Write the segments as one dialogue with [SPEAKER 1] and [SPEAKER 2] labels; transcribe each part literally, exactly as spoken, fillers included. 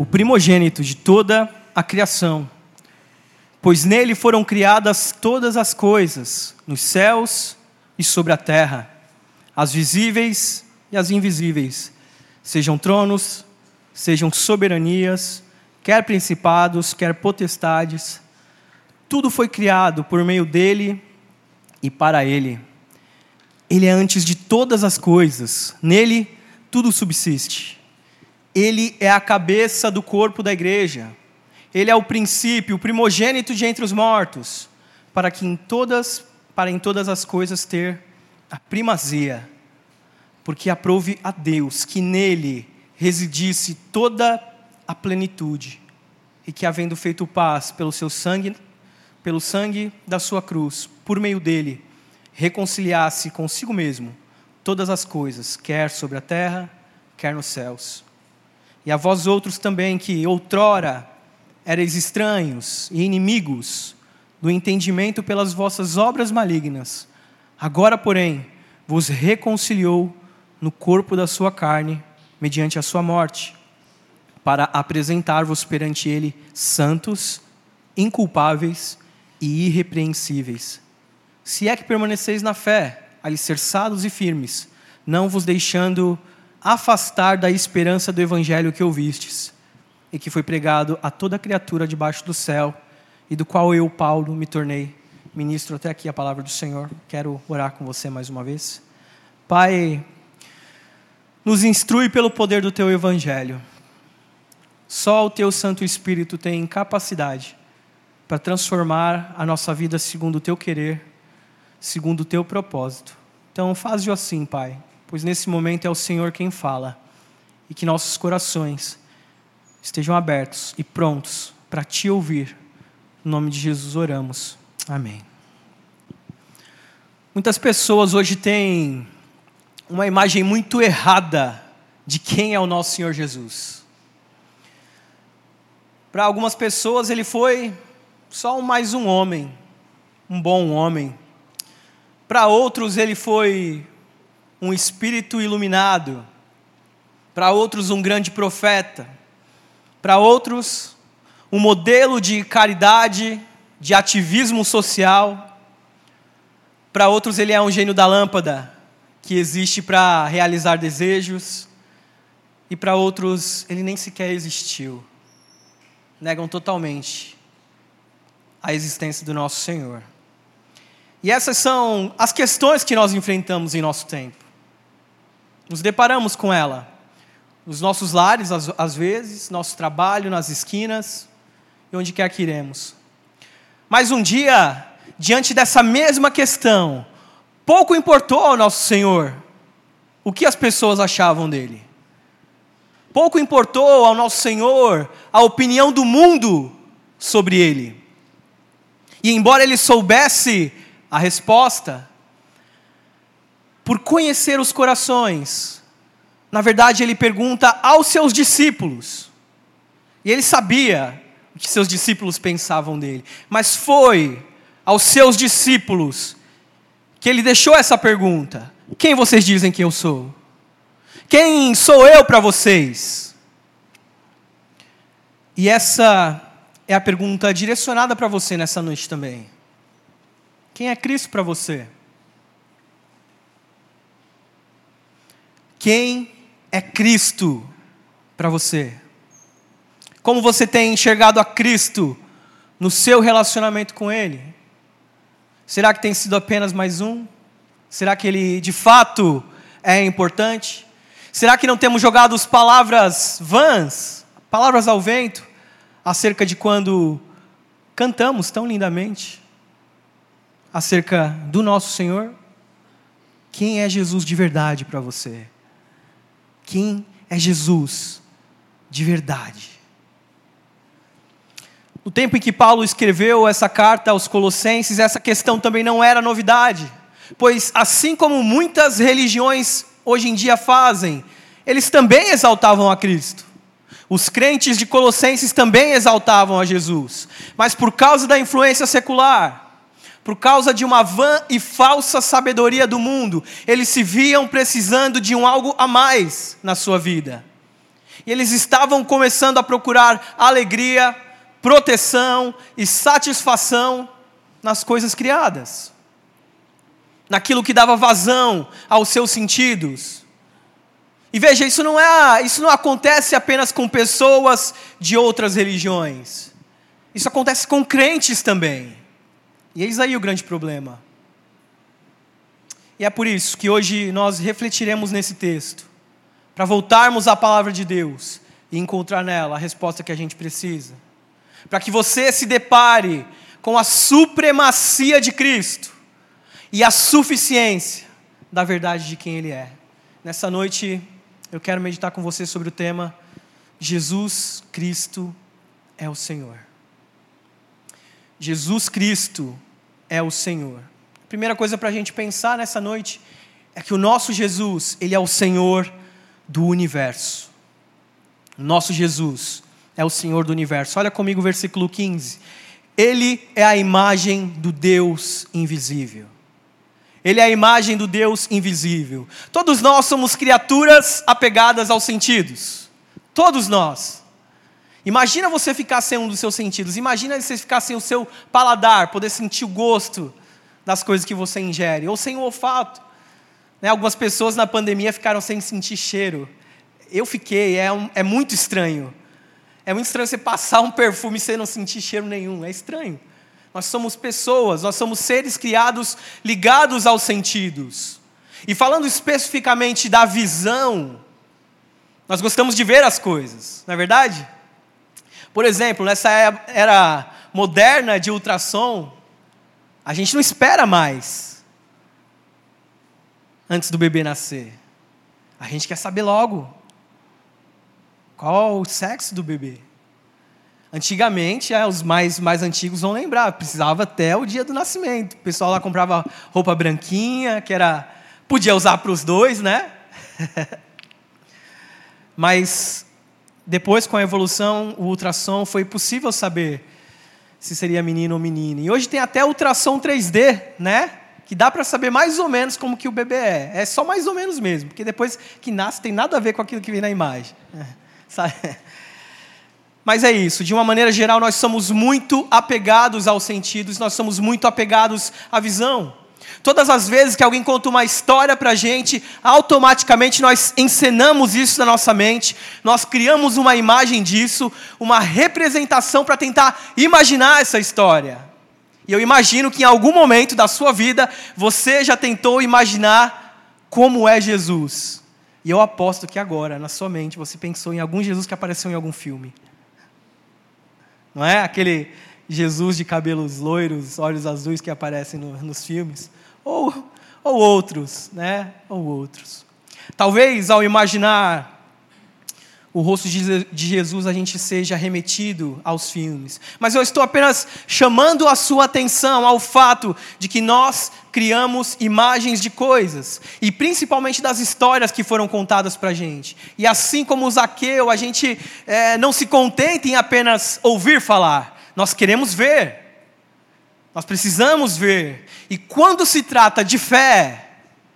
[SPEAKER 1] primogênito de toda a criação, pois nele foram criadas todas as coisas, nos céus e sobre a terra, as visíveis e as invisíveis, sejam tronos, sejam soberanias, quer principados, quer potestades, tudo foi criado por meio dele e para ele. Ele é antes de todas as coisas, nele tudo subsiste. Ele é a cabeça do corpo da igreja. Ele é o princípio, o primogênito de entre os mortos, para que em todas, para em todas as coisas ter a primazia, porque aprouve a Deus que nele residisse toda a plenitude, e que havendo feito paz pelo seu sangue, pelo sangue da sua cruz, por meio dele, reconciliasse consigo mesmo todas as coisas, quer sobre a terra, quer nos céus. E a vós outros também, que outrora erais estranhos e inimigos do entendimento pelas vossas obras malignas, agora, porém, vos reconciliou no corpo da sua carne, mediante a sua morte, para apresentar-vos perante ele santos, inculpáveis e irrepreensíveis. Se é que permaneceis na fé, alicerçados e firmes, não vos deixando afastar da esperança do evangelho que ouvistes, e que foi pregado a toda criatura debaixo do céu, e do qual eu, Paulo, me tornei ministro. Até aqui a palavra do Senhor. Quero orar com você mais uma vez. Pai, nos instrui pelo poder do teu evangelho. Só o teu Santo Espírito tem capacidade para transformar a nossa vida segundo o teu querer, segundo o teu propósito. Então faze-o assim, Pai, pois nesse momento é o Senhor quem fala, e que nossos corações estejam abertos e prontos para te ouvir. Em nome de Jesus oramos. Amém. Muitas pessoas hoje têm uma imagem muito errada de quem é o nosso Senhor Jesus. Para algumas pessoas ele foi só mais um homem, um bom homem. Para outros ele foi um espírito iluminado. Para outros um grande profeta. Para outros um modelo de caridade, de ativismo social. Para outros ele é um gênio da lâmpada, que existe para realizar desejos. E para outros ele nem sequer existiu. Negam totalmente a existência do nosso Senhor. E essas são as questões que nós enfrentamos em nosso tempo. Nos deparamos com ela. Nos nossos lares, às, às vezes, nosso trabalho, nas esquinas, e onde quer que iremos. Mas um dia, diante dessa mesma questão, pouco importou ao nosso Senhor o que as pessoas achavam dele. Pouco importou ao nosso Senhor a opinião do mundo sobre ele. E embora ele soubesse a resposta, por conhecer os corações, na verdade ele pergunta aos seus discípulos. E ele sabia o que seus discípulos pensavam dele. Mas foi aos seus discípulos que ele deixou essa pergunta: quem vocês dizem que eu sou? Quem sou eu para vocês? E essa é a pergunta direcionada para você nessa noite também. Quem é Cristo para você? Quem é Cristo para você? Como você tem enxergado a Cristo no seu relacionamento com Ele? Será que tem sido apenas mais um? Será que Ele de fato é importante? Será que não temos jogado as palavras vãs, palavras ao vento, acerca de quando cantamos tão lindamente acerca do nosso Senhor? Quem é Jesus de verdade para você? Quem é Jesus de verdade? No tempo em que Paulo escreveu essa carta aos Colossenses, essa questão também não era novidade, pois assim como muitas religiões hoje em dia fazem, eles também exaltavam a Cristo. Os crentes de Colossenses também exaltavam a Jesus, mas por causa da influência secular, por causa de uma vã e falsa sabedoria do mundo, eles se viam precisando de um algo a mais na sua vida. E eles estavam começando a procurar alegria, proteção e satisfação nas coisas criadas, naquilo que dava vazão aos seus sentidos. E veja, isso não é, isso não acontece apenas com pessoas de outras religiões. Isso acontece com crentes também. E eis aí o grande problema. E é por isso que hoje nós refletiremos nesse texto, para voltarmos à palavra de Deus e encontrar nela a resposta que a gente precisa. Para que você se depare com a supremacia de Cristo e a suficiência da verdade de quem Ele é. Nessa noite, eu quero meditar com você sobre o tema Jesus Cristo é o Senhor. Jesus Cristo é o Senhor. A primeira coisa para a gente pensar nessa noite é que o nosso Jesus, Ele é o Senhor do universo. O nosso Jesus é o Senhor do universo. Olha comigo o versículo quinze. Ele é a imagem do Deus invisível. Ele é a imagem do Deus invisível. Todos nós somos criaturas apegadas aos sentidos. Todos nós. Imagina você ficar sem um dos seus sentidos. Imagina você ficar sem o seu paladar, poder sentir o gosto das coisas que você ingere. Ou sem o olfato. Né? Algumas pessoas na pandemia ficaram sem sentir cheiro. Eu fiquei, é, um, é muito estranho. É muito estranho você passar um perfume sem não sentir cheiro nenhum. É estranho. Nós somos pessoas, nós somos seres criados ligados aos sentidos. E falando especificamente da visão, nós gostamos de ver as coisas, não é verdade? Por exemplo, nessa era moderna de ultrassom, a gente não espera mais antes do bebê nascer. A gente quer saber logo qual o sexo do bebê. Antigamente, é, os mais, mais antigos vão lembrar, precisava até o dia do nascimento. O pessoal lá comprava roupa branquinha, que era, podia usar para os dois, né? Mas depois, com a evolução, o ultrassom, foi possível saber se seria menino ou menina. E hoje tem até ultrassom três D, né? Que dá para saber mais ou menos como que o bebê é. É só mais ou menos mesmo, porque depois que nasce tem nada a ver com aquilo que vem na imagem. Sabe? Mas é isso, de uma maneira geral nós somos muito apegados aos sentidos, nós somos muito apegados à visão. Todas as vezes que alguém conta uma história para a gente, automaticamente nós encenamos isso na nossa mente, nós criamos uma imagem disso, uma representação para tentar imaginar essa história. E eu imagino que em algum momento da sua vida, você já tentou imaginar como é Jesus. E eu aposto que agora, na sua mente, você pensou em algum Jesus que apareceu em algum filme. Não é aquele Jesus de cabelos loiros, olhos azuis que aparecem no, nos filmes? Ou, ou outros, né? Ou outros. Talvez, ao imaginar o rosto de Jesus, a gente seja remetido aos filmes. Mas eu estou apenas chamando a sua atenção ao fato de que nós criamos imagens de coisas. E principalmente das histórias que foram contadas para a gente. E assim como o Zaqueu, a gente é, não se contenta em apenas ouvir falar. Nós queremos ver. Nós precisamos ver. E quando se trata de fé,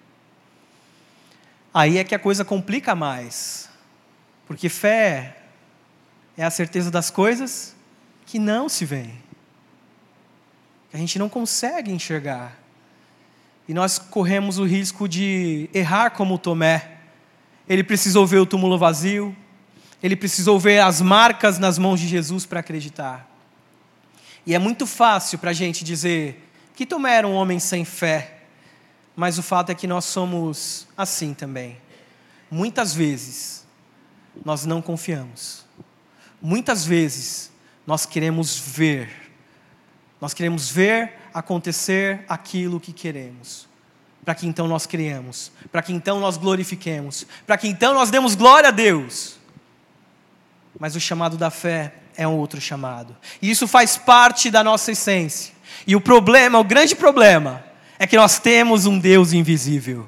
[SPEAKER 1] aí é que a coisa complica mais. Porque fé é a certeza das coisas que não se veem. Que a gente não consegue enxergar. E nós corremos o risco de errar como Tomé. Ele precisou ver o túmulo vazio. Ele precisou ver as marcas nas mãos de Jesus para acreditar. E é muito fácil para a gente dizer que Tomé era um homem sem fé. Mas o fato é que nós somos assim também. Muitas vezes nós não confiamos. Muitas vezes nós queremos ver. Nós queremos ver acontecer aquilo que queremos. Para que então nós criemos. Para que então nós glorifiquemos. Para que então nós demos glória a Deus. Mas o chamado da fé é um outro chamado. E isso faz parte da nossa essência. E o problema, o grande problema, é que nós temos um Deus invisível.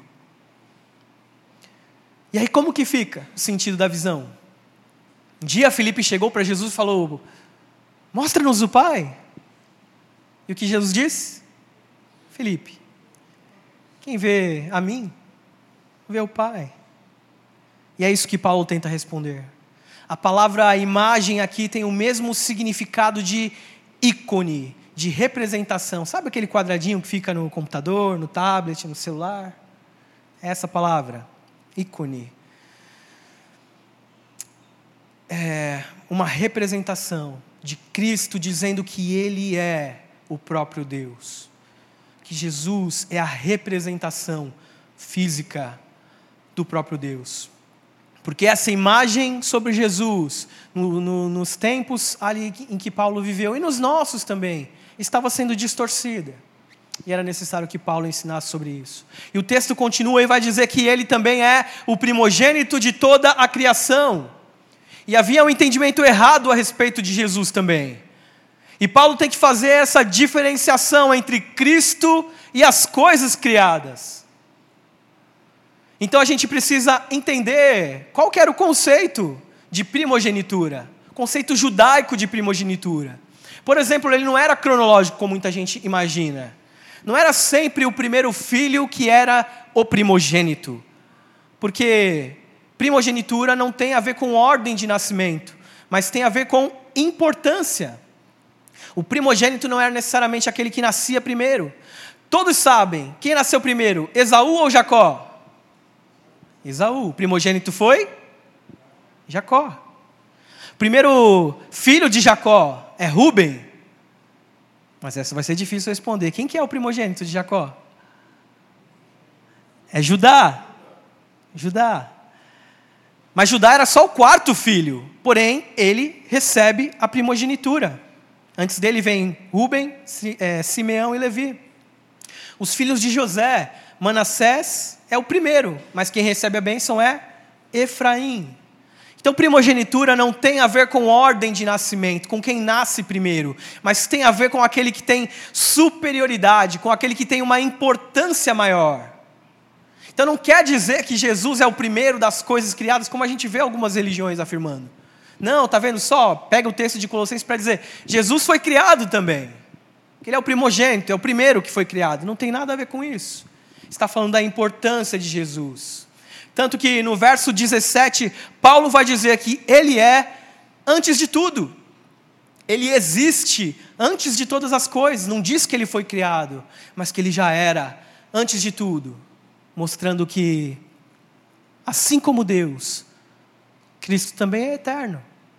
[SPEAKER 1] E aí como que fica o sentido da visão? Um dia Filipe chegou para Jesus e falou: mostra-nos o Pai. E o que Jesus disse? Filipe, quem vê a mim, vê o Pai. E é isso que Paulo tenta responder. A palavra imagem aqui tem o mesmo significado de ícone, de representação. Sabe aquele quadradinho que fica no computador, no tablet, no celular? É essa palavra, ícone. É uma representação de Cristo dizendo que Ele é o próprio Deus. Que Jesus é a representação física do próprio Deus. Porque essa imagem sobre Jesus, no, no, nos tempos ali em que Paulo viveu, e nos nossos também, estava sendo distorcida. E era necessário que Paulo ensinasse sobre isso. E o texto continua e vai dizer que ele também é o primogênito de toda a criação. E havia um entendimento errado a respeito de Jesus também. E Paulo tem que fazer essa diferenciação entre Cristo e as coisas criadas. Então a gente precisa entender qual que era o conceito de primogenitura, conceito judaico de primogenitura. Por exemplo, ele não era cronológico como muita gente imagina. Não era sempre o primeiro filho que era o primogênito. Porque primogenitura não tem a ver com ordem de nascimento, mas tem a ver com importância. O primogênito não era necessariamente aquele que nascia primeiro. Todos sabem, quem nasceu primeiro, Esaú ou Jacó? Esaú. O primogênito foi Jacó. O primeiro filho de Jacó é Rúben. Mas essa vai ser difícil responder. Quem que é o primogênito de Jacó? É Judá. Judá. Mas Judá era só o quarto filho. Porém, ele recebe a primogenitura. Antes dele vem Rúben, Simeão e Levi. Os filhos de José, Manassés é o primeiro, mas quem recebe a bênção é Efraim. Então, primogenitura não tem a ver com ordem de nascimento, com quem nasce primeiro, mas tem a ver com aquele que tem superioridade, com aquele que tem uma importância maior. Então, não quer dizer que Jesus é o primeiro das coisas criadas, como a gente vê algumas religiões afirmando. Não, tá vendo só? Pega o texto de Colossenses para dizer, Jesus foi criado também. Ele é o primogênito, é o primeiro que foi criado. Não tem nada a ver com isso. Está falando da importância de Jesus. Tanto que no verso dezessete, Paulo vai dizer que ele é antes de tudo. Ele existe antes de todas as coisas. Não diz que ele foi criado, mas que ele já era antes de tudo. Mostrando que, assim como Deus, Cristo também é eterno.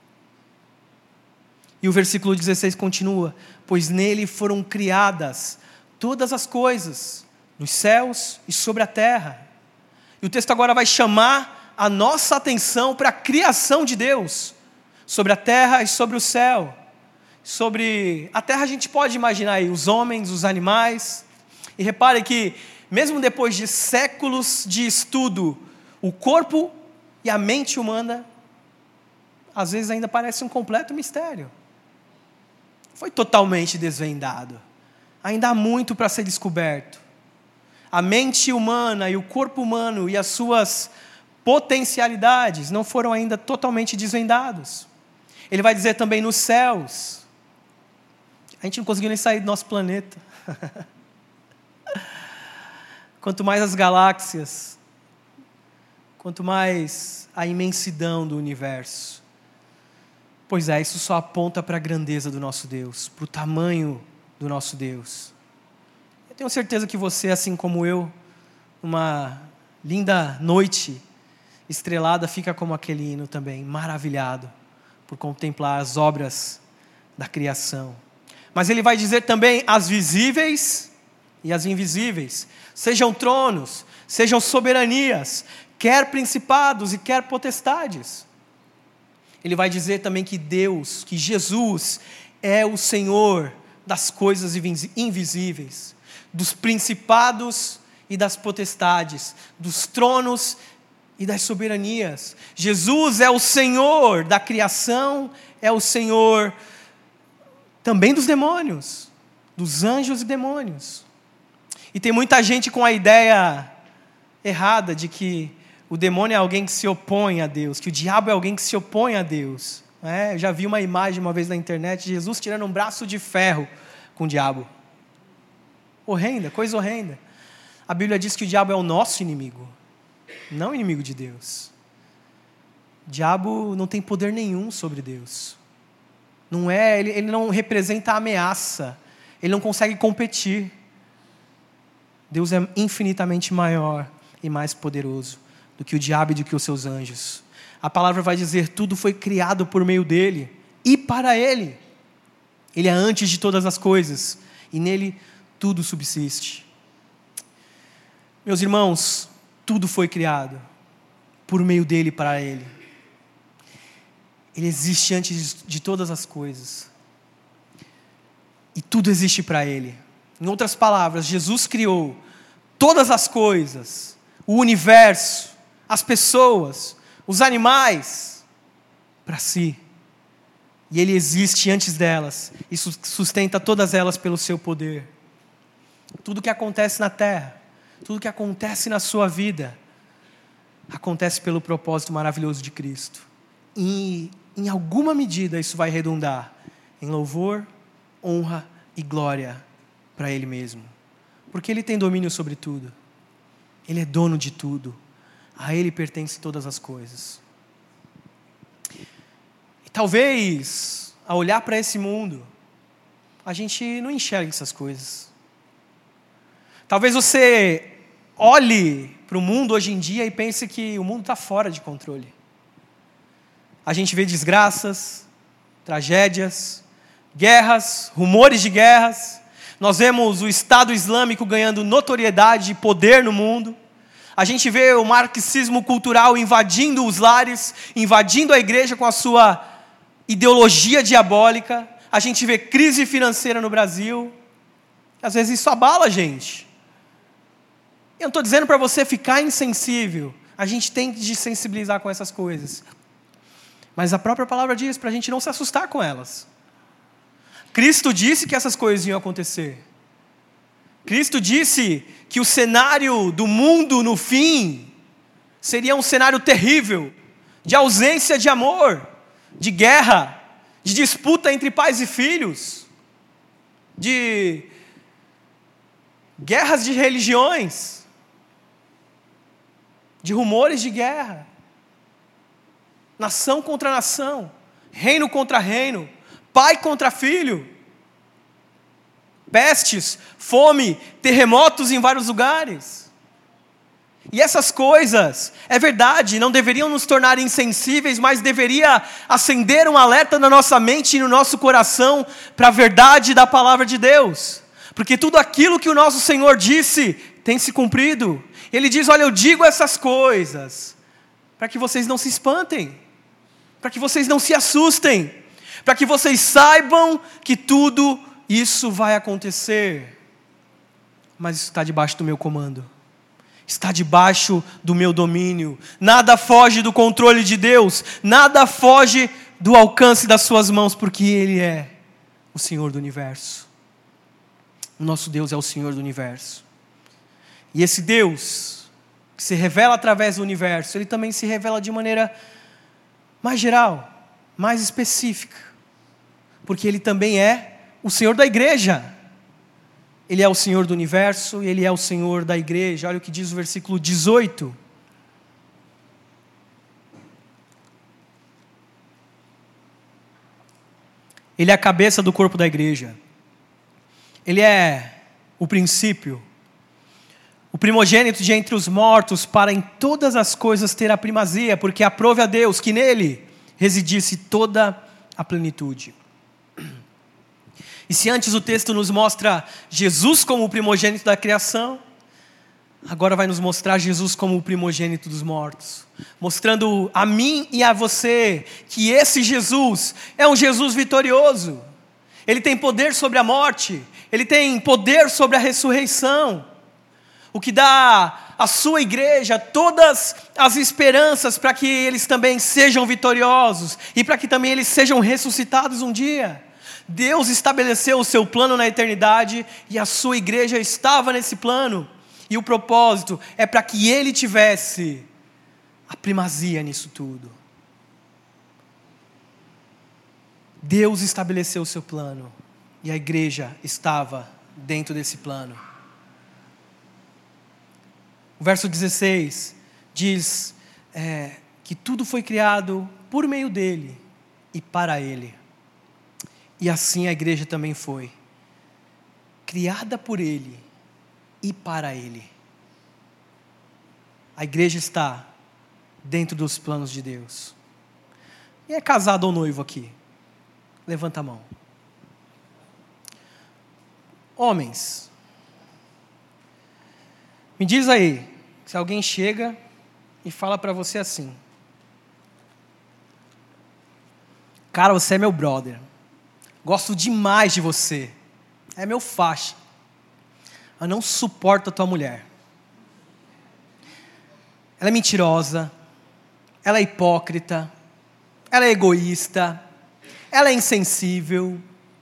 [SPEAKER 1] E o versículo dezesseis continua, pois nele foram criadas todas as coisas, nos céus e sobre a terra. E o texto agora vai chamar a nossa atenção para a criação de Deus, sobre a terra e sobre o céu. Sobre a terra a gente pode imaginar aí os homens, os animais. E repare que, mesmo depois de séculos de estudo, o corpo e a mente humana, às vezes ainda parece um completo mistério. Foi totalmente desvendado. Ainda há muito para ser descoberto. A mente humana e o corpo humano e as suas potencialidades não foram ainda totalmente desvendados. Ele vai dizer também nos céus. A gente não conseguiu nem sair do nosso planeta. Quanto mais as galáxias, quanto mais a imensidão do universo. Pois é, isso só aponta para a grandeza do nosso Deus, para o tamanho do nosso Deus. Eu tenho certeza que você, assim como eu, numa linda noite estrelada, fica como aquele hino também, maravilhado por contemplar as obras da criação. Mas ele vai dizer também as visíveis e as invisíveis, sejam tronos, sejam soberanias, quer principados e quer potestades. Ele vai dizer também que Deus, que Jesus é o Senhor das coisas invisíveis, dos principados e das potestades, dos tronos e das soberanias. Jesus é o Senhor da criação, é o Senhor também dos demônios, dos anjos e demônios. E tem muita gente com a ideia errada de que o demônio é alguém que se opõe a Deus, que o diabo é alguém que se opõe a Deus. É, eu já vi uma imagem uma vez na internet, de Jesus tirando um braço de ferro com o diabo. Horrenda, coisa horrenda. A Bíblia diz que o diabo é o nosso inimigo, não o inimigo de Deus. O diabo não tem poder nenhum sobre Deus. Não é, ele, ele não representa ameaça. Ele não consegue competir. Deus é infinitamente maior e mais poderoso do que o diabo e do que os seus anjos. A palavra vai dizer, tudo foi criado por meio dele e para ele. Ele é antes de todas as coisas e nele tudo subsiste. Meus irmãos, tudo foi criado por meio dele e para ele. Ele existe antes de todas as coisas. E tudo existe para ele. Em outras palavras, Jesus criou todas as coisas, o universo, as pessoas, os animais, para si. E ele existe antes delas e sustenta todas elas pelo seu poder. Tudo que acontece na terra, tudo que acontece na sua vida, acontece pelo propósito maravilhoso de Cristo. E em alguma medida isso vai redundar em louvor, honra e glória para Ele mesmo. Porque Ele tem domínio sobre tudo. Ele é dono de tudo. A Ele pertencem todas as coisas. E talvez, ao olhar para esse mundo, a gente não enxergue essas coisas. Talvez você olhe para o mundo hoje em dia e pense que o mundo está fora de controle. A gente vê desgraças, tragédias, guerras, rumores de guerras. Nós vemos o Estado Islâmico ganhando notoriedade e poder no mundo. A gente vê o marxismo cultural invadindo os lares, invadindo a igreja com a sua ideologia diabólica. A gente vê crise financeira no Brasil. Às vezes isso abala a gente. Eu não estou dizendo para você ficar insensível. A gente tem de sensibilizar com essas coisas. Mas a própria palavra diz para a gente não se assustar com elas. Cristo disse que essas coisas iam acontecer. Cristo disse que o cenário do mundo no fim seria um cenário terrível, de ausência de amor, de guerra, de disputa entre pais e filhos, de guerras de religiões, de rumores de guerra, nação contra nação, reino contra reino, pai contra filho, pestes, fome, terremotos em vários lugares. E essas coisas, é verdade, não deveriam nos tornar insensíveis, mas deveria acender um alerta na nossa mente e no nosso coração para a verdade da palavra de Deus. Porque tudo aquilo que o nosso Senhor disse tem se cumprido. Ele diz, olha, eu digo essas coisas para que vocês não se espantem, para que vocês não se assustem, para que vocês saibam que tudo isso vai acontecer. Mas isso está debaixo do meu comando. Está debaixo do meu domínio. Nada foge do controle de Deus. Nada foge do alcance das suas mãos, porque Ele é o Senhor do universo. O nosso Deus é o Senhor do universo. E esse Deus, que se revela através do universo, Ele também se revela de maneira mais geral, mais específica. Porque Ele também é o Senhor da igreja. Ele é o Senhor do universo e Ele é o Senhor da igreja. Olha o que diz o versículo dezoito. Ele é a cabeça do corpo da igreja. Ele é o princípio, o primogênito de entre os mortos, para em todas as coisas ter a primazia, porque aprove a Deus que nele residisse toda a plenitude. E se antes o texto nos mostra Jesus como o primogênito da criação, agora vai nos mostrar Jesus como o primogênito dos mortos, mostrando a mim e a você que esse Jesus é um Jesus vitorioso. Ele tem poder sobre a morte, Ele tem poder sobre a ressurreição, o que dá à sua igreja todas as esperanças para que eles também sejam vitoriosos e para que também eles sejam ressuscitados um dia. Deus estabeleceu o seu plano na eternidade e a sua igreja estava nesse plano. E o propósito é para que Ele tivesse a primazia nisso tudo. Deus estabeleceu o seu plano e a igreja estava dentro desse plano. O verso dezesseis diz, é, que tudo foi criado por meio dele e para ele. E assim a igreja também foi, criada por ele e para ele. A igreja está dentro dos planos de Deus. E é casado ou noivo aqui? Levanta a mão. Homens, me diz aí, se alguém chega e fala para você assim: cara, você é meu brother, gosto demais de você, é meu faixa, eu não suporto a tua mulher, ela é mentirosa, ela é hipócrita, ela é egoísta, ela é insensível.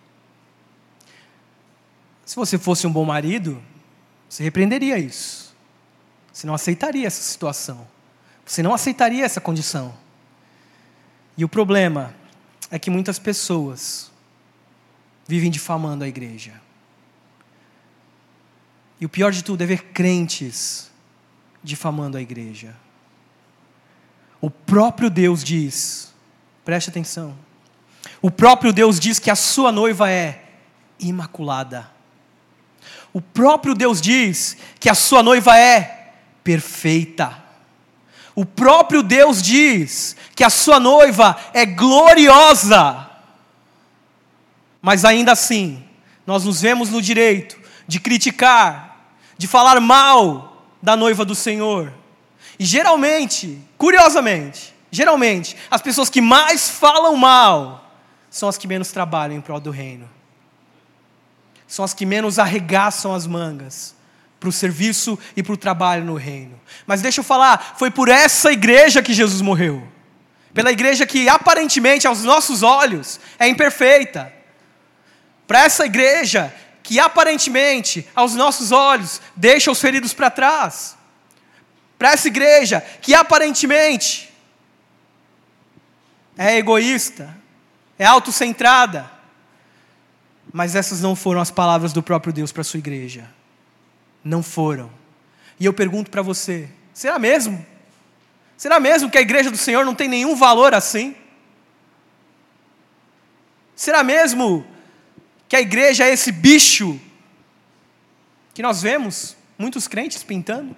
[SPEAKER 1] Se você fosse um bom marido, você repreenderia isso. Você não aceitaria essa situação. Você não aceitaria essa condição. E o problema é que muitas pessoas vivem difamando a igreja. E o pior de tudo é ver crentes difamando a igreja. O próprio Deus diz, preste atenção, o próprio Deus diz que a sua noiva é imaculada. O próprio Deus diz que a sua noiva é perfeita. O próprio Deus diz que a sua noiva é gloriosa. Mas ainda assim, nós nos vemos no direito de criticar, de falar mal da noiva do Senhor. E geralmente, curiosamente, geralmente, as pessoas que mais falam mal são as que menos trabalham em prol do reino. São as que menos arregaçam as mangas para o serviço e para o trabalho no reino. Mas deixa eu falar, foi por essa igreja que Jesus morreu. Pela igreja que aparentemente aos nossos olhos é imperfeita. Para essa igreja que aparentemente aos nossos olhos deixa os feridos para trás. Para essa igreja que aparentemente é egoísta, é autocentrada. Mas essas não foram as palavras do próprio Deus para a sua igreja. Não foram. E eu pergunto para você, será mesmo? Será mesmo que a igreja do Senhor não tem nenhum valor assim? Será mesmo que a igreja é esse bicho que nós vemos muitos crentes pintando?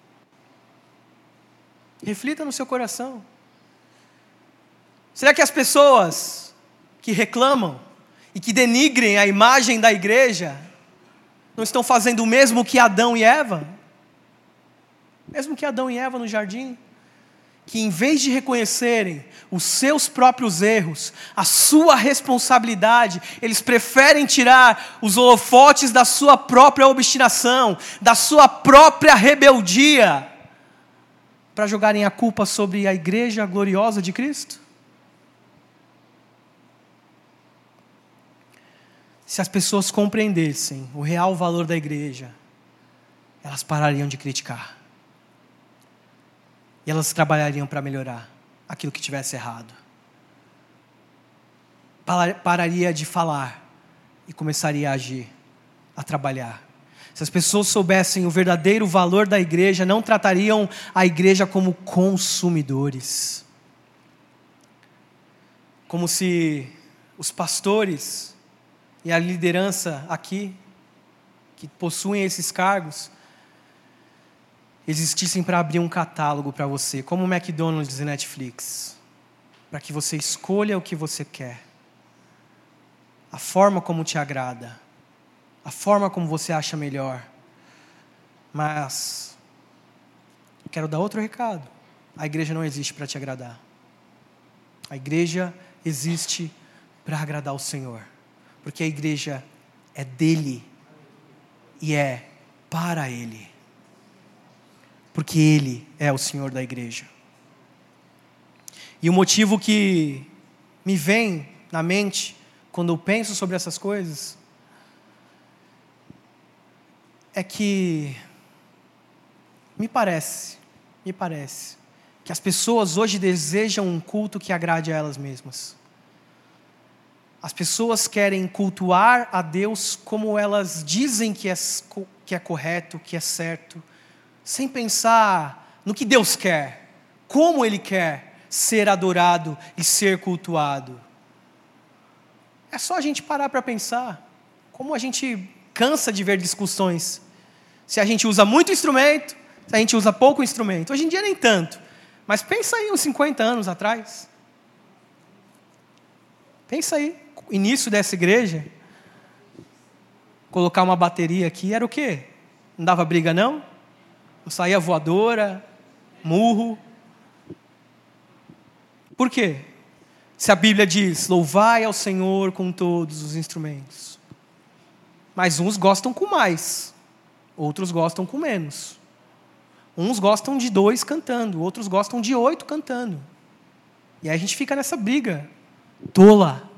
[SPEAKER 1] Reflita no seu coração. Será que as pessoas que reclamam e que denigrem a imagem da igreja não estão fazendo o mesmo que Adão e Eva? Mesmo que Adão e Eva no jardim, que em vez de reconhecerem os seus próprios erros, a sua responsabilidade, eles preferem tirar os holofotes da sua própria obstinação, da sua própria rebeldia, para jogarem a culpa sobre a igreja gloriosa de Cristo? Se as pessoas compreendessem o real valor da igreja, elas parariam de criticar. E elas trabalhariam para melhorar aquilo que tivesse errado. Pararia de falar e começaria a agir, a trabalhar. Se as pessoas soubessem o verdadeiro valor da igreja, não tratariam a igreja como consumidores. Como se os pastores e a liderança aqui, que possuem esses cargos, existissem para abrir um catálogo para você, como o McDonald's e Netflix, para que você escolha o que você quer, a forma como te agrada, a forma como você acha melhor. Mas quero dar outro recado: a igreja não existe para te agradar, a igreja existe para agradar o Senhor. Porque a igreja é dele e é para ele. Porque ele é o Senhor da igreja. E o motivo que me vem na mente quando eu penso sobre essas coisas é que me parece, me parece que as pessoas hoje desejam um culto que agrade a elas mesmas. As pessoas querem cultuar a Deus como elas dizem que é, que é correto, que é certo, sem pensar no que Deus quer, como Ele quer, ser adorado e ser cultuado. É só a gente parar para pensar como a gente cansa de ver discussões. Se a gente usa muito instrumento, se a gente usa pouco instrumento. Hoje em dia nem tanto. Mas pensa aí uns cinquenta anos atrás. Pensa aí, o início dessa igreja, colocar uma bateria aqui, era o quê? Não dava briga não? Não saía voadora, murro. Por quê? Se a Bíblia diz, louvai ao Senhor com todos os instrumentos. Mas uns gostam com mais, outros gostam com menos. Uns gostam de dois cantando, outros gostam de oito cantando. E aí a gente fica nessa briga tola,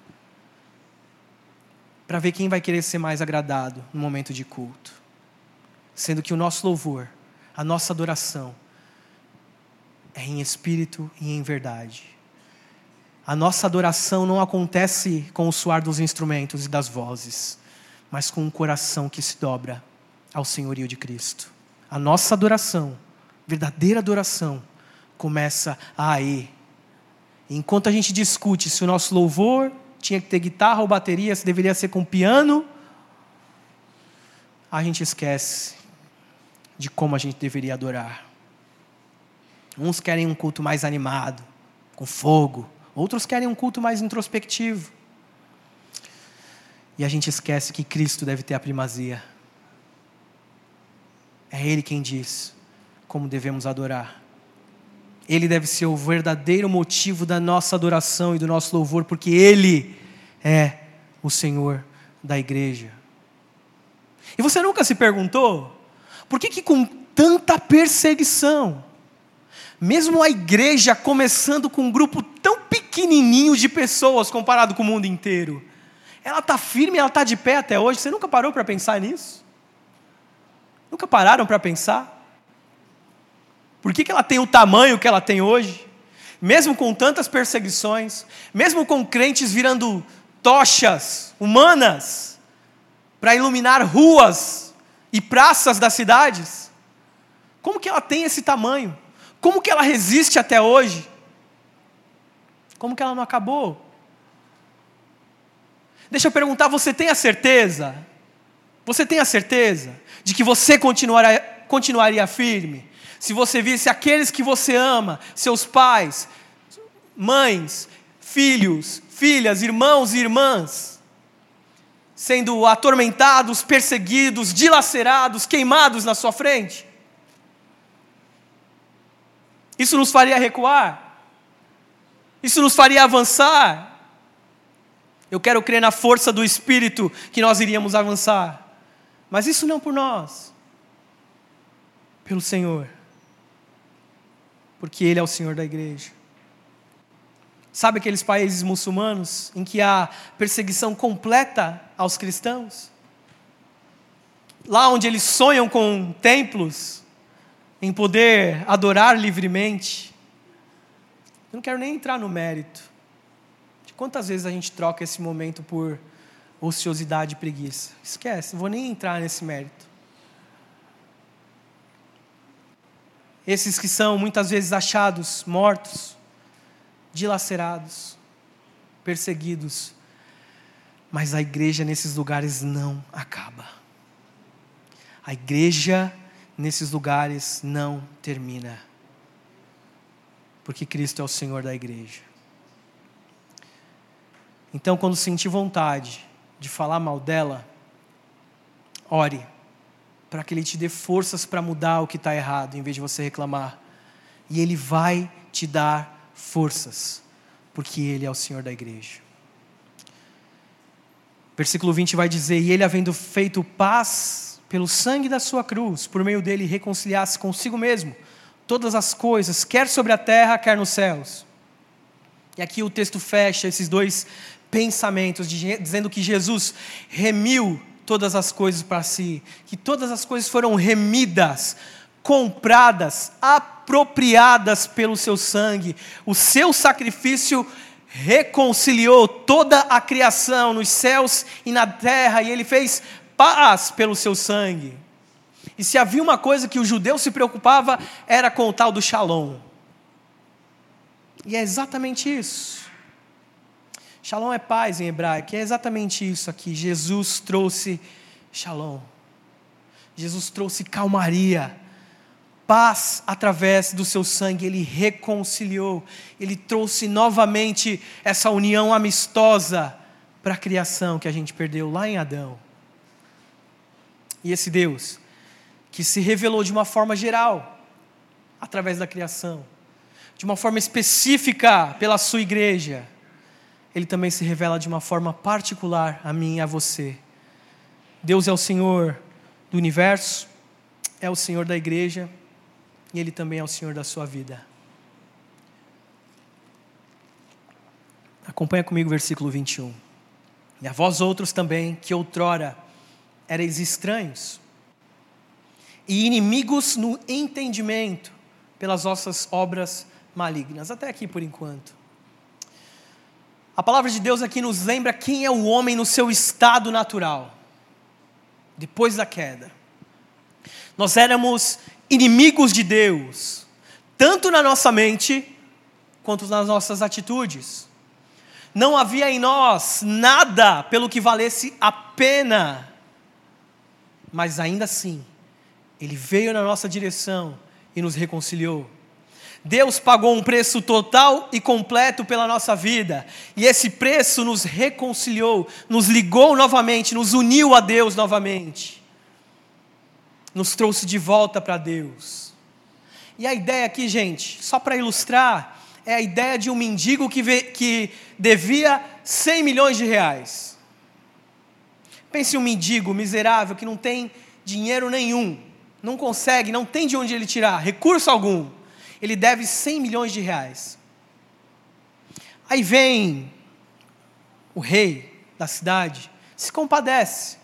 [SPEAKER 1] para ver quem vai querer ser mais agradado no momento de culto. Sendo que o nosso louvor, a nossa adoração, é em espírito e em verdade. A nossa adoração não acontece com o suar dos instrumentos e das vozes, mas com um coração que se dobra ao senhorio de Cristo. A nossa adoração, verdadeira adoração, começa aí. Enquanto a gente discute se o nosso louvor tinha que ter guitarra ou bateria, se deveria ser com piano, a gente esquece de como a gente deveria adorar. Uns querem um culto mais animado, com fogo. Outros querem um culto mais introspectivo. E a gente esquece que Cristo deve ter a primazia. É Ele quem diz como devemos adorar. Ele deve ser o verdadeiro motivo da nossa adoração e do nosso louvor, porque Ele é o Senhor da igreja. E você nunca se perguntou, por que que com tanta perseguição, mesmo a igreja começando com um grupo tão pequenininho de pessoas comparado com o mundo inteiro, ela está firme, ela está de pé até hoje? Você nunca parou para pensar nisso? Nunca pararam para pensar? Por que que ela tem o tamanho que ela tem hoje? Mesmo com tantas perseguições, mesmo com crentes virando tochas humanas para iluminar ruas e praças das cidades, como que ela tem esse tamanho? Como que ela resiste até hoje? Como que ela não acabou? Deixa eu perguntar, você tem a certeza? Você tem a certeza de que você continuaria, continuaria firme? Se você visse aqueles que você ama, seus pais, mães, filhos, filhas, irmãos e irmãs, sendo atormentados, perseguidos, dilacerados, queimados na sua frente? Isso nos faria recuar? Isso nos faria avançar? Eu quero crer na força do Espírito que nós iríamos avançar. Mas isso não por nós, pelo Senhor. Porque Ele é o Senhor da igreja. Sabe aqueles países muçulmanos em que há perseguição completa aos cristãos? Lá onde eles sonham com templos, em poder adorar livremente. Eu não quero nem entrar no mérito de quantas vezes a gente troca esse momento por ociosidade e preguiça. Esquece, não vou nem entrar nesse mérito. Esses que são muitas vezes achados mortos, dilacerados, perseguidos. Mas a igreja nesses lugares não acaba. A igreja nesses lugares não termina. Porque Cristo é o Senhor da igreja. Então, quando sentir vontade de falar mal dela, ore para que Ele te dê forças para mudar o que está errado, em vez de você reclamar. E Ele vai te dar forças, porque Ele é o Senhor da igreja. Versículo vinte vai dizer, e Ele, havendo feito paz pelo sangue da sua cruz, por meio dele reconciliasse consigo mesmo todas as coisas, quer sobre a terra, quer nos céus. E aqui o texto fecha esses dois pensamentos, dizendo que Jesus remiu todas as coisas para si, que todas as coisas foram remidas, compradas, apropriadas pelo seu sangue. O seu sacrifício reconciliou toda a criação nos céus e na terra, e Ele fez paz pelo seu sangue. E se havia uma coisa que o judeu se preocupava, era com o tal do shalom. E é exatamente isso. Shalom é paz em hebraico, é exatamente isso aqui. Jesus trouxe shalom. Jesus trouxe calmaria, paz através do seu sangue. Ele reconciliou, Ele trouxe novamente essa união amistosa para a criação que a gente perdeu lá em Adão. E esse Deus, que se revelou de uma forma geral, através da criação, de uma forma específica pela sua igreja, Ele também se revela de uma forma particular a mim e a você. Deus é o Senhor do universo, é o Senhor da igreja, e Ele também é o Senhor da sua vida. Acompanha comigo o versículo vinte e um. E a vós outros também, que outrora erais estranhos e inimigos no entendimento pelas vossas obras malignas. Até aqui por enquanto. A palavra de Deus aqui nos lembra quem é o homem no seu estado natural, depois da queda. Nós éramos inimigos de Deus, tanto na nossa mente, quanto nas nossas atitudes. Não havia em nós nada pelo que valesse a pena, mas ainda assim, Ele veio na nossa direção e nos reconciliou. Deus pagou um preço total e completo pela nossa vida, e esse preço nos reconciliou, nos ligou novamente, nos uniu a Deus novamente, nos trouxe de volta para Deus. E a ideia aqui, gente, só para ilustrar, é a ideia de um mendigo que, vê, que devia cem milhões de reais. Pense em um mendigo miserável que não tem dinheiro nenhum, não consegue, não tem de onde ele tirar, recurso algum. Ele deve cem milhões de reais. Aí vem o rei da cidade, se compadece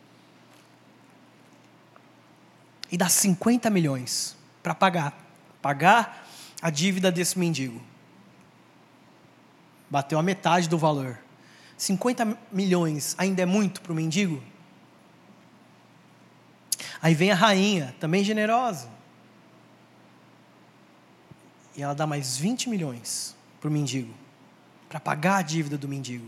[SPEAKER 1] e dá cinquenta milhões para pagar, pagar a dívida desse mendigo. Bateu a metade do valor. cinquenta milhões ainda é muito para o mendigo? Aí vem a rainha, também generosa. E ela dá mais vinte milhões para o mendigo, para pagar a dívida do mendigo.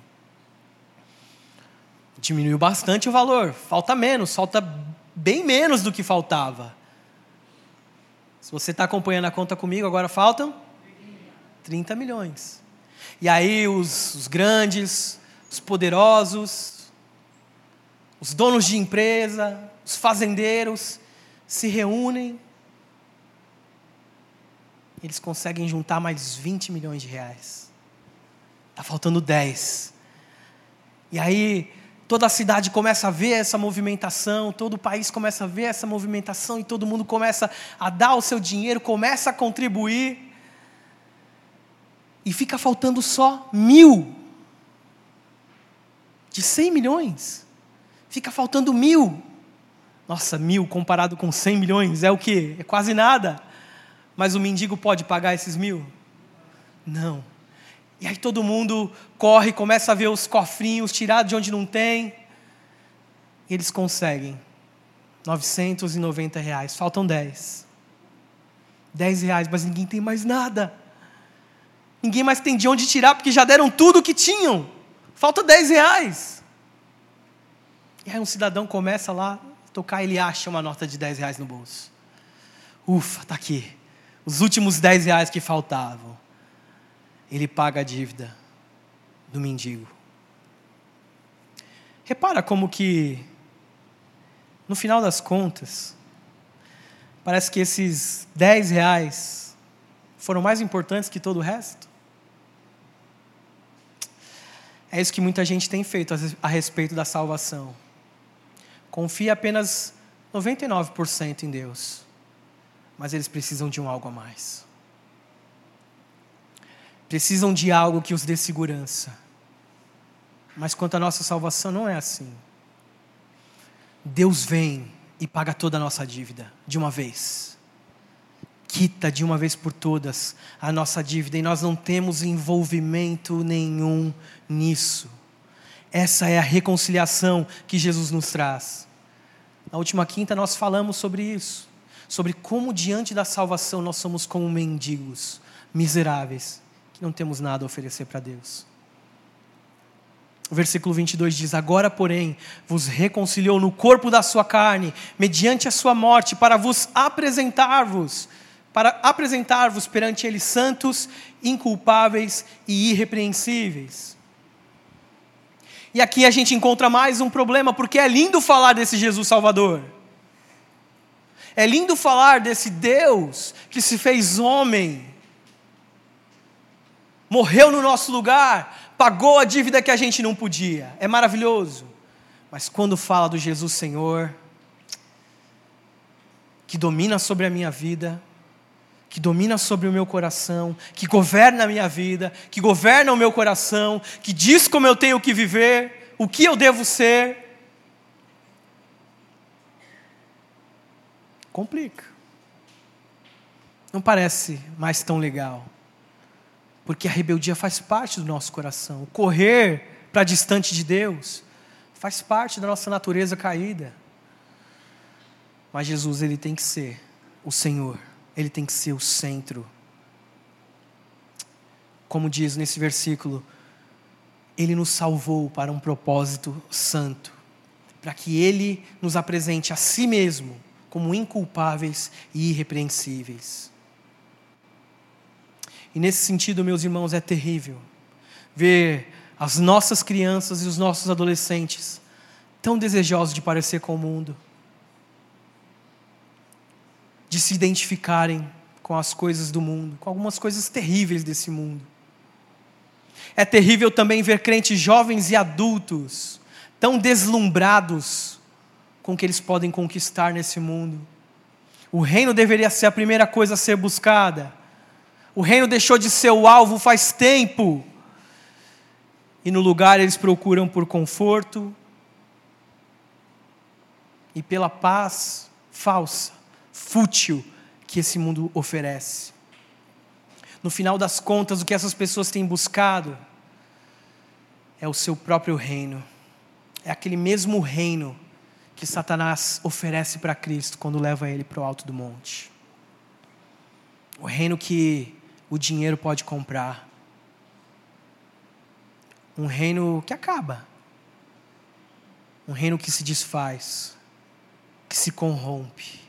[SPEAKER 1] Diminuiu bastante o valor, falta menos, falta bem menos do que faltava. Se você está acompanhando a conta comigo, agora faltam trinta milhões. E aí os, os grandes, os poderosos, os donos de empresa, os fazendeiros se reúnem. Eles conseguem juntar mais vinte milhões de reais. Está faltando dez. E aí toda a cidade começa a ver essa movimentação, todo o país começa a ver essa movimentação e todo mundo começa a dar o seu dinheiro, começa a contribuir. E fica faltando só mil. De cem milhões. Fica faltando mil. Nossa, mil comparado com cem milhões é o quê? É quase nada. Mas o mendigo pode pagar esses mil? Não. E aí todo mundo corre, começa a ver os cofrinhos tirados de onde não tem. E eles conseguem. novecentos e noventa reais. Faltam dez. dez reais, mas ninguém tem mais nada. Ninguém mais tem de onde tirar, porque já deram tudo o que tinham. Falta dez reais. E aí um cidadão começa lá a tocar, ele acha uma nota de dez reais no bolso. Ufa, está aqui. Os últimos dez reais que faltavam. Ele paga a dívida do mendigo. Repara como que, no final das contas, parece que esses dez reais foram mais importantes que todo o resto. É isso que muita gente tem feito a respeito da salvação. Confia apenas noventa e nove por cento em Deus. Mas eles precisam de um algo a mais. Precisam de algo que os dê segurança. Mas quanto à nossa salvação, não é assim. Deus vem e paga toda a nossa dívida, de uma vez. Quita de uma vez por todas a nossa dívida, e nós não temos envolvimento nenhum nisso. Essa é a reconciliação que Jesus nos traz. Na última quinta nós falamos sobre isso. Sobre como diante da salvação nós somos como mendigos, miseráveis, não temos nada a oferecer para Deus. O versículo vinte e dois diz: agora, porém, vos reconciliou no corpo da sua carne, mediante a sua morte, para vos apresentar-vos, para apresentar-vos perante Ele santos, inculpáveis e irrepreensíveis. E aqui a gente encontra mais um problema, porque é lindo falar desse Jesus Salvador. É lindo falar desse Deus que se fez homem, morreu no nosso lugar, pagou a dívida que a gente não podia. É maravilhoso. Mas quando fala do Jesus Senhor, que domina sobre a minha vida, que domina sobre o meu coração, que governa a minha vida, que governa o meu coração, que diz como eu tenho que viver, o que eu devo ser, complica. Não parece mais tão legal. Porque a rebeldia faz parte do nosso coração. O correr para distante de Deus faz parte da nossa natureza caída. Mas Jesus, Ele tem que ser o Senhor. Ele tem que ser o centro. Como diz nesse versículo, Ele nos salvou para um propósito santo. Para que Ele nos apresente a si mesmo como inculpáveis e irrepreensíveis. E nesse sentido, meus irmãos, é terrível ver as nossas crianças e os nossos adolescentes tão desejosos de parecer com o mundo, de se identificarem com as coisas do mundo, com algumas coisas terríveis desse mundo. É terrível também ver crentes jovens e adultos tão deslumbrados com o que eles podem conquistar nesse mundo. O reino deveria ser a primeira coisa a ser buscada. O reino deixou de ser o alvo faz tempo. E no lugar eles procuram por conforto e pela paz falsa, fútil, que esse mundo oferece. No final das contas, o que essas pessoas têm buscado é o seu próprio reino. É aquele mesmo reino que Satanás oferece para Cristo quando leva ele para o alto do monte. O reino que o dinheiro pode comprar. Um reino que acaba. Um reino que se desfaz, que se corrompe.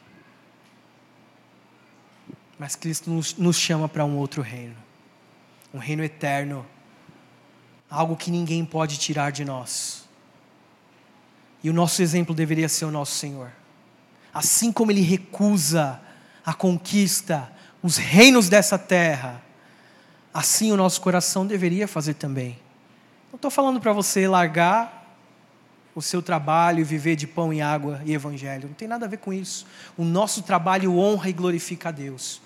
[SPEAKER 1] Mas Cristo nos, nos chama para um outro reino. Um reino eterno. Algo que ninguém pode tirar de nós. E o nosso exemplo deveria ser o nosso Senhor. Assim como Ele recusa a conquista, os reinos dessa terra, assim o nosso coração deveria fazer também. Não estou falando para você largar o seu trabalho e viver de pão e água e evangelho. Não tem nada a ver com isso. O nosso trabalho honra e glorifica a Deus.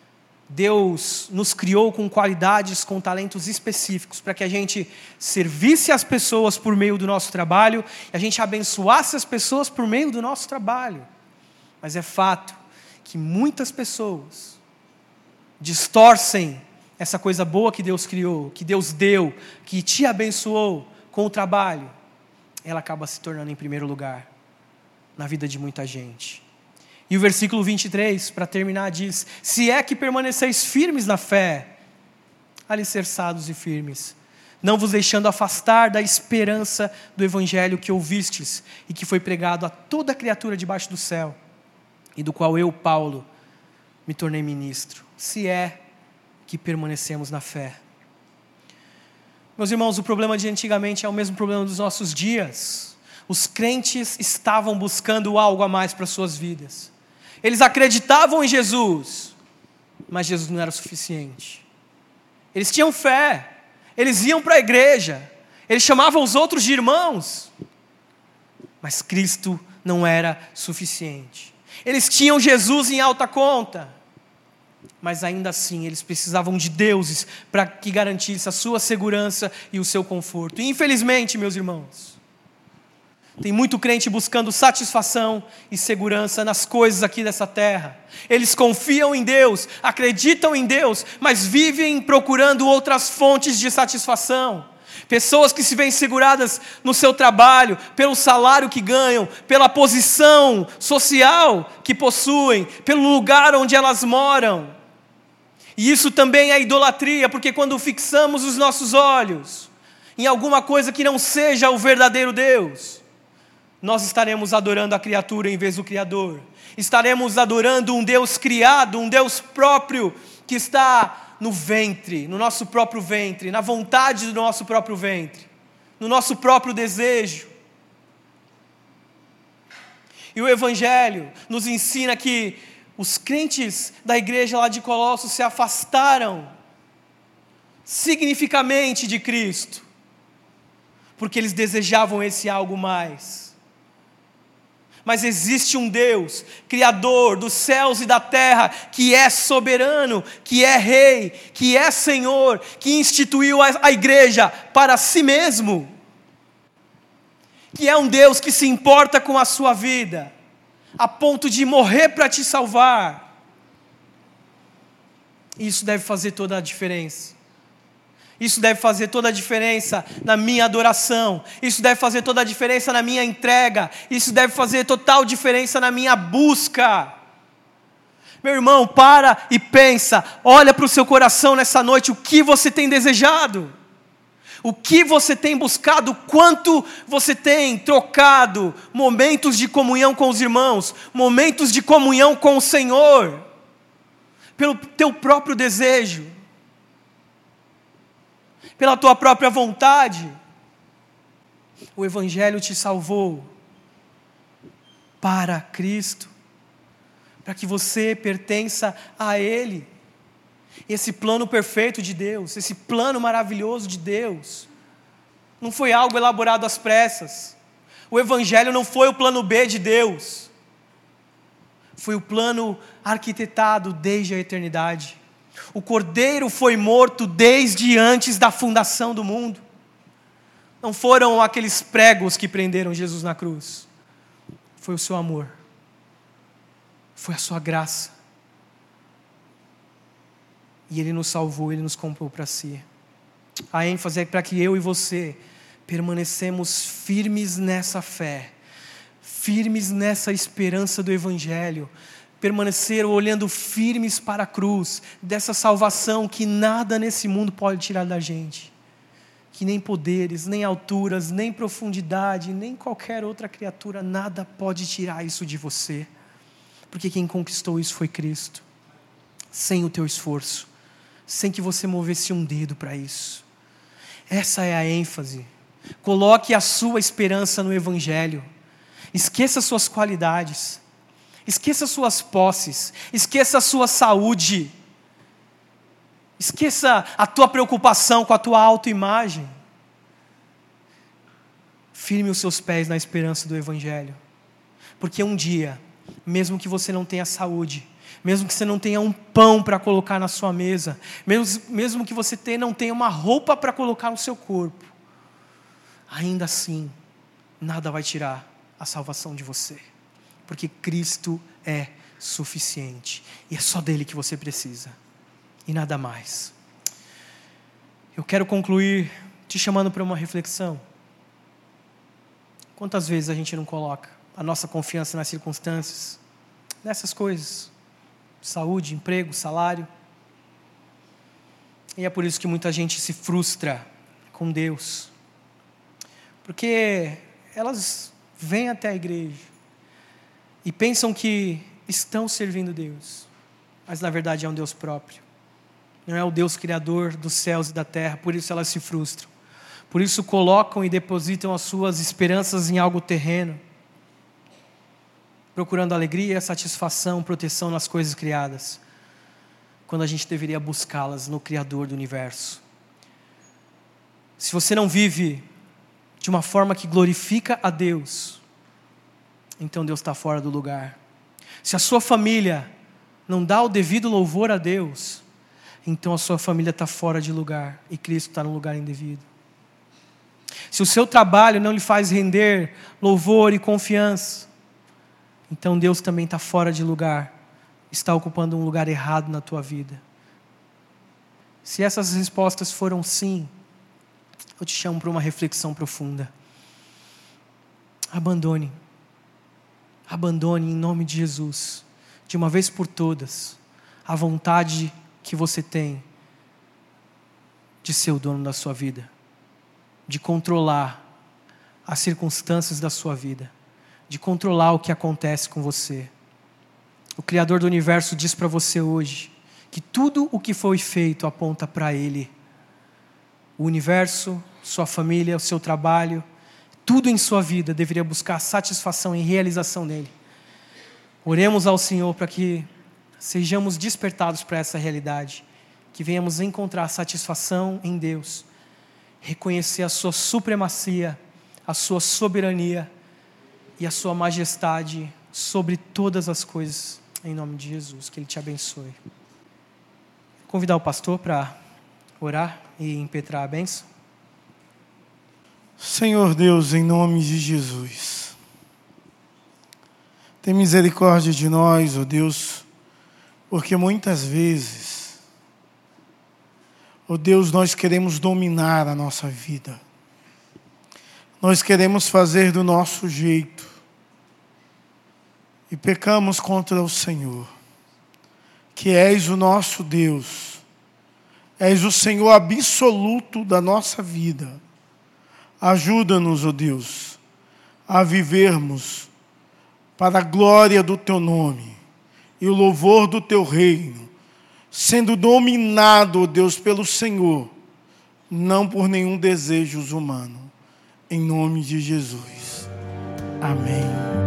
[SPEAKER 1] Deus nos criou com qualidades, com talentos específicos, para que a gente servisse as pessoas por meio do nosso trabalho, e a gente abençoasse as pessoas por meio do nosso trabalho. Mas é fato que muitas pessoas distorcem essa coisa boa que Deus criou, que Deus deu, que te abençoou com o trabalho. Ela acaba se tornando em primeiro lugar na vida de muita gente. E o versículo vinte e três, para terminar, diz: se é que permaneceis firmes na fé, alicerçados e firmes, não vos deixando afastar da esperança do evangelho que ouvistes e que foi pregado a toda criatura debaixo do céu, e do qual eu, Paulo, me tornei ministro. Se é que permanecemos na fé. Meus irmãos, o problema de antigamente é o mesmo problema dos nossos dias. Os crentes estavam buscando algo a mais para suas vidas. Eles acreditavam em Jesus, mas Jesus não era suficiente. Eles tinham fé, eles iam para a igreja, eles chamavam os outros de irmãos, mas Cristo não era suficiente. Eles tinham Jesus em alta conta, mas ainda assim eles precisavam de deuses para que garantisse a sua segurança e o seu conforto. E infelizmente, meus irmãos, tem muito crente buscando satisfação e segurança nas coisas aqui dessa terra. Eles confiam em Deus, acreditam em Deus, mas vivem procurando outras fontes de satisfação. Pessoas que se veem seguradas no seu trabalho, pelo salário que ganham, pela posição social que possuem, pelo lugar onde elas moram. E isso também é idolatria, porque quando fixamos os nossos olhos em alguma coisa que não seja o verdadeiro Deus, nós estaremos adorando a criatura em vez do Criador. Estaremos adorando um Deus criado, um Deus próprio, que está no ventre, no nosso próprio ventre, na vontade do nosso próprio ventre, no nosso próprio desejo. E o Evangelho nos ensina que os crentes da igreja lá de Colossos se afastaram significativamente de Cristo, porque eles desejavam esse algo mais. Mas existe um Deus, Criador dos céus e da terra, que é soberano, que é Rei, que é Senhor, que instituiu a igreja para si mesmo, que é um Deus que se importa com a sua vida, a ponto de morrer para te salvar. Isso deve fazer toda a diferença. Isso deve fazer toda a diferença na minha adoração. Isso deve fazer toda a diferença na minha entrega. Isso deve fazer total diferença na minha busca. Meu irmão, para e pensa. Olha para o seu coração nessa noite. O que você tem desejado? O que você tem buscado? Quanto você tem trocado momentos de comunhão com os irmãos? Momentos de comunhão com o Senhor? Pelo teu próprio desejo? Pela tua própria vontade? O Evangelho te salvou para Cristo, para que você pertença a Ele. Esse plano perfeito de Deus, esse plano maravilhoso de Deus, não foi algo elaborado às pressas. O Evangelho não foi o plano B de Deus, foi o plano arquitetado desde a eternidade. O Cordeiro foi morto desde antes da fundação do mundo. Não foram aqueles pregos que prenderam Jesus na cruz. Foi o seu amor. Foi a sua graça. E Ele nos salvou, Ele nos comprou para si. A ênfase é para que eu e você permanecemos firmes nessa fé, firmes nessa esperança do Evangelho, permanecer olhando firmes para a cruz, dessa salvação que nada nesse mundo pode tirar da gente, que nem poderes, nem alturas, nem profundidade, nem qualquer outra criatura, nada pode tirar isso de você, porque quem conquistou isso foi Cristo, sem o teu esforço, sem que você movesse um dedo para isso. Essa é a ênfase. Coloque a sua esperança no Evangelho, esqueça suas qualidades, esqueça suas posses, esqueça a sua saúde, esqueça a tua preocupação com a tua autoimagem. Firme os seus pés na esperança do Evangelho, porque um dia, mesmo que você não tenha saúde, mesmo que você não tenha um pão para colocar na sua mesa, mesmo, mesmo que você tenha, não tenha uma roupa para colocar no seu corpo, ainda assim, nada vai tirar a salvação de você, porque Cristo é suficiente, e é só dele que você precisa, e nada mais. Eu quero concluir te chamando para uma reflexão. Quantas vezes a gente não coloca a nossa confiança nas circunstâncias, nessas coisas, saúde, emprego, salário, e é por isso que muita gente se frustra com Deus, porque elas vêm até a igreja, e pensam que estão servindo Deus, mas na verdade é um Deus próprio, não é o Deus criador dos céus e da terra, por isso elas se frustram, por isso colocam e depositam as suas esperanças em algo terreno, procurando alegria, satisfação, proteção nas coisas criadas, quando a gente deveria buscá-las no Criador do universo. Se você não vive de uma forma que glorifica a Deus, então Deus está fora do lugar. Se a sua família não dá o devido louvor a Deus, então a sua família está fora de lugar e Cristo está no lugar indevido. Se o seu trabalho não lhe faz render louvor e confiança, então Deus também está fora de lugar, está ocupando um lugar errado na tua vida. Se essas respostas foram sim, eu te chamo para uma reflexão profunda. Abandone. Abandone em nome de Jesus, de uma vez por todas, a vontade que você tem de ser o dono da sua vida, de controlar as circunstâncias da sua vida, de controlar o que acontece com você. O Criador do Universo diz para você hoje que tudo o que foi feito aponta para Ele. O universo, sua família, o seu trabalho, tudo em sua vida deveria buscar satisfação e realização nele. Oremos ao Senhor para que sejamos despertados para essa realidade, que venhamos encontrar satisfação em Deus, reconhecer a sua supremacia, a sua soberania e a sua majestade sobre todas as coisas, em nome de Jesus. Que Ele te abençoe. Vou convidar o pastor para orar e impetrar a bênção.
[SPEAKER 2] Senhor Deus, em nome de Jesus, tem misericórdia de nós, ó Deus, porque muitas vezes, ó Deus, nós queremos dominar a nossa vida. Nós queremos fazer do nosso jeito e pecamos contra o Senhor, que és o nosso Deus, és o Senhor absoluto da nossa vida. Ajuda-nos, ó Deus, a vivermos para a glória do Teu nome e o louvor do Teu reino, sendo dominado, ó Deus, pelo Senhor, não por nenhum desejo humano. Em nome de Jesus. Amém.